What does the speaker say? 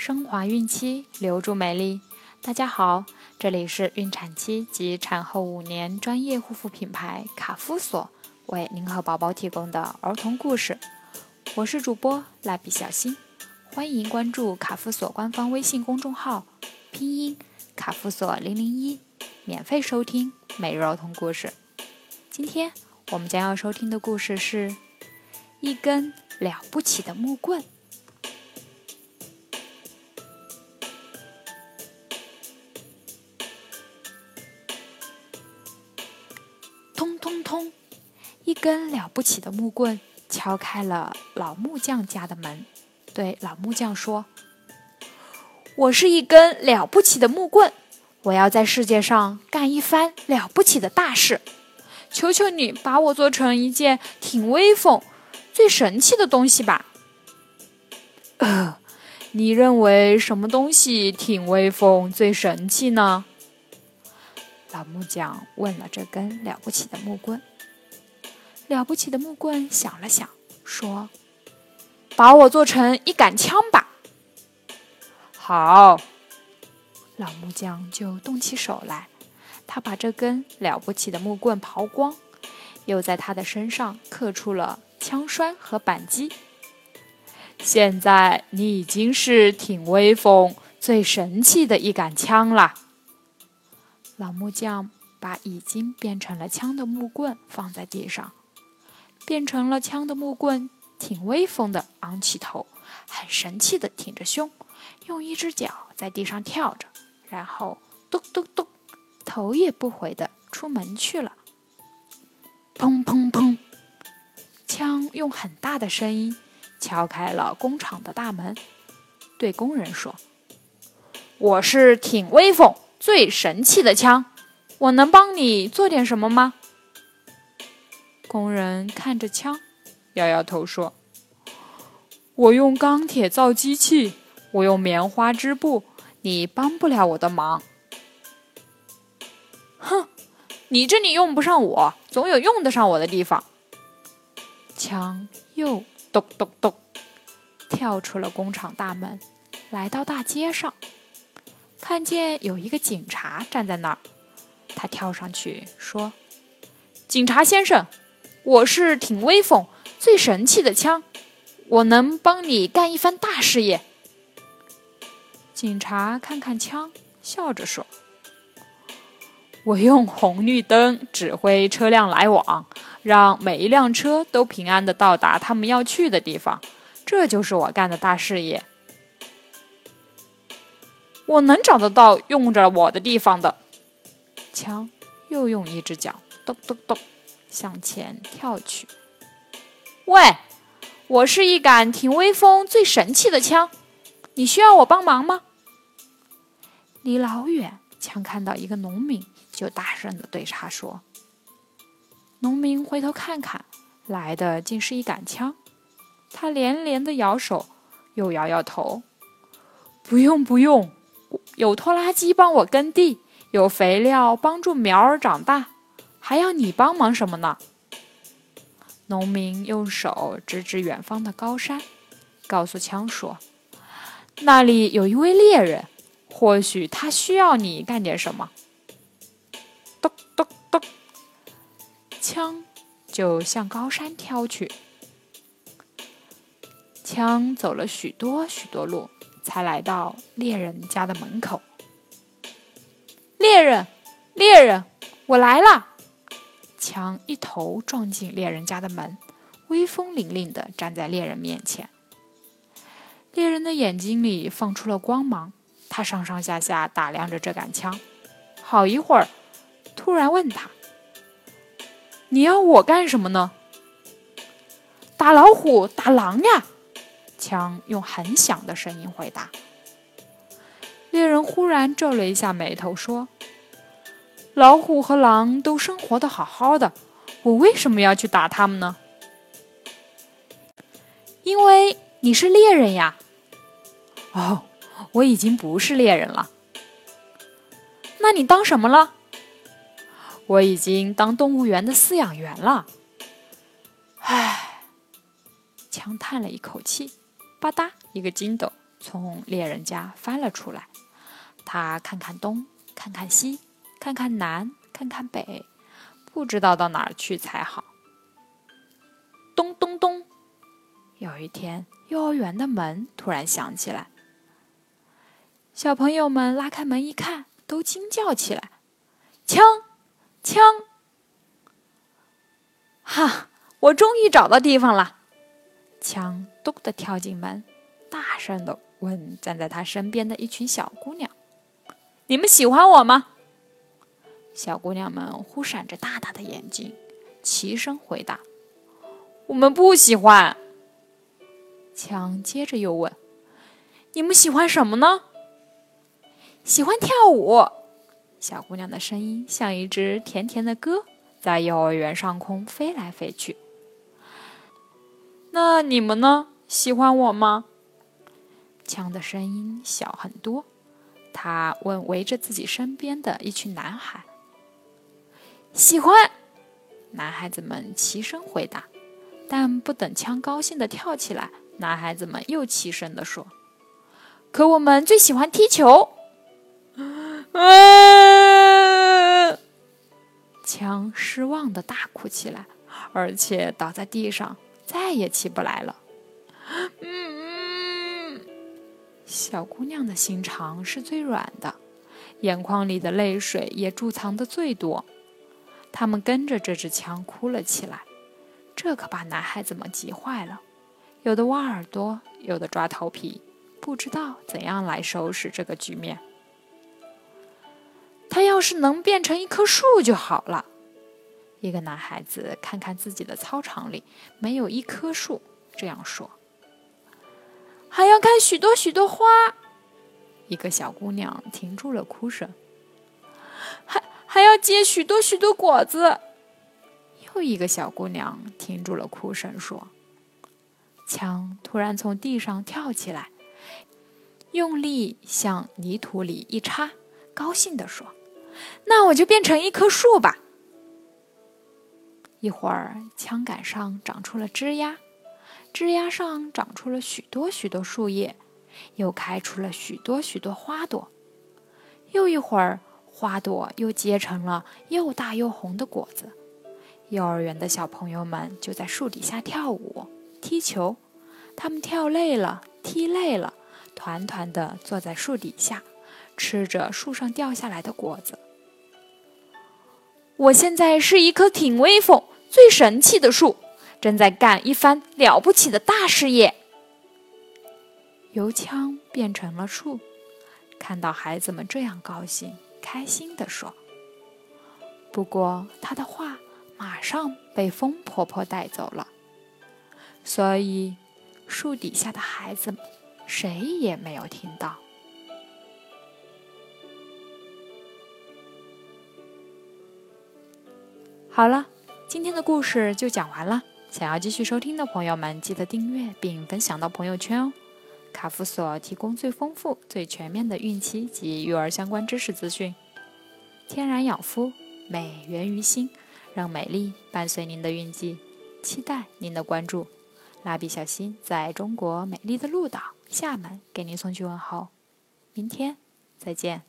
升华孕期，留住美丽。大家好，这里是孕产期及产后5年专业护肤品牌卡夫索为您和宝宝提供的儿童故事。我是主播蜡笔小新，欢迎关注卡夫索官方微信公众号，拼音卡夫索001，免费收听每日儿童故事。今天我们将要收听的故事是一根了不起的木棍。通通通，一根了不起的木棍敲开了老木匠家的门，对老木匠说：我是一根了不起的木棍，我要在世界上干一番了不起的大事，求求你把我做成一件挺威风、最神气的东西吧。你认为什么东西挺威风、最神气呢？老木匠问了这根了不起的木棍。了不起的木棍想了想，说：把我做成一杆枪吧。好，老木匠就动起手来，他把这根了不起的木棍刨光，又在他的身上刻出了枪栓和扳机。现在你已经是挺威风、最神气的一杆枪了。老木匠把已经变成了枪的木棍放在地上，变成了枪的木棍挺威风的昂起头，很神气的挺着胸，用一只脚在地上跳着，然后咚咚咚，头也不回的出门去了。砰砰砰，枪用很大的声音敲开了工厂的大门，对工人说：我是挺威风、最神气的枪，我能帮你做点什么吗？工人看着枪，摇摇头说：我用钢铁造机器，我用棉花织布，你帮不了我的忙。哼，你这里用不上我，总有用得上我的地方。枪又咚咚咚跳出了工厂大门，来到大街上，看见有一个警察站在那儿，他跳上去说：警察先生，我是挺威风、最神气的枪，我能帮你干一番大事业。警察看看枪，笑着说：我用红绿灯指挥车辆来往，让每一辆车都平安地到达他们要去的地方，这就是我干的大事业。我能找得到用着我的地方的。枪又用一只脚咚咚咚向前跳去。喂，我是一杆挺威风、最神气的枪，你需要我帮忙吗？离老远，枪看到一个农民，就大声地对他说。农民回头看看，来的竟是一杆枪，他连连地摇手，又摇摇头。不用不用，有拖拉机帮我耕地，有肥料帮助苗儿长大，还要你帮忙什么呢？农民用手指指远方的高山，告诉枪说：那里有一位猎人，或许他需要你干点什么。咚咚咚，枪就向高山跳去。枪走了许多许多路，才来到猎人家的门口。猎人，猎人，我来了！枪一头撞进猎人家的门，威风凛凛地站在猎人面前。猎人的眼睛里放出了光芒，他上上下下打量着这杆枪，好一会儿，突然问他：你要我干什么呢？打老虎，打狼呀！枪用很响的声音回答。猎人忽然皱了一下眉头，说：老虎和狼都生活得好好的，我为什么要去打它们呢？因为你是猎人呀。哦，我已经不是猎人了。那你当什么了？我已经当动物园的饲养员了。唉，枪叹了一口气，吧嗒一个筋斗， 从猎人家翻了出来。他看看东，看看西，看看南，看看北，不知道到哪儿去才好。咚咚咚！有一天，幼儿园的门突然响起来。小朋友们拉开门一看，都惊叫起来：“枪！枪！”哈！我终于找到地方了。枪咚地跳进门，大声地问站在他身边的一群小姑娘：“你们喜欢我吗？”小姑娘们忽闪着大大的眼睛，齐声回答：“我们不喜欢。”枪接着又问：“你们喜欢什么呢？”“喜欢跳舞。”小姑娘的声音像一只甜甜的歌，在幼儿园上空飞来飞去。“那你们呢？喜欢我吗？”枪的声音小很多，他问围着自己身边的一群男孩。“喜欢！”男孩子们齐声回答。但不等枪高兴地跳起来，男孩子们又齐声地说：“可我们最喜欢踢球。”枪失望地大哭起来，而且倒在地上，再也起不来了。小姑娘的心肠是最软的，眼眶里的泪水也贮藏得最多。他们跟着这支枪哭了起来，这可把男孩子们急坏了，有的挖耳朵，有的抓头皮，不知道怎样来收拾这个局面。他要是能变成一棵树就好了。一个男孩子看看自己的操场里没有一棵树，这样说。还要看许多许多花。一个小姑娘停住了哭声。还要结许多许多果子。又一个小姑娘停住了哭声，说。枪突然从地上跳起来，用力向泥土里一插，高兴地说：“那我就变成一棵树吧。”一会儿，枪杆上长出了枝丫，枝丫上长出了许多许多树叶，又开出了许多许多花朵。又一会儿，花朵又结成了又大又红的果子。幼儿园的小朋友们就在树底下跳舞、踢球。他们跳累了，踢累了，团团地坐在树底下，吃着树上掉下来的果子。我现在是一棵挺威风、最神气的树，正在干一番了不起的大事业。由枪变成了树，看到孩子们这样高兴，开心地说。不过他的话马上被风婆婆带走了，所以树底下的孩子们谁也没有听到。好了，今天的故事就讲完了。想要继续收听的朋友们，记得订阅并分享到朋友圈哦。卡夫所提供最丰富、最全面的孕期及育儿相关知识资讯。天然养肤，美源于心，让美丽伴随您的孕期。期待您的关注。蜡笔小新在中国美丽的鹭岛厦门给您送去问候。明天再见。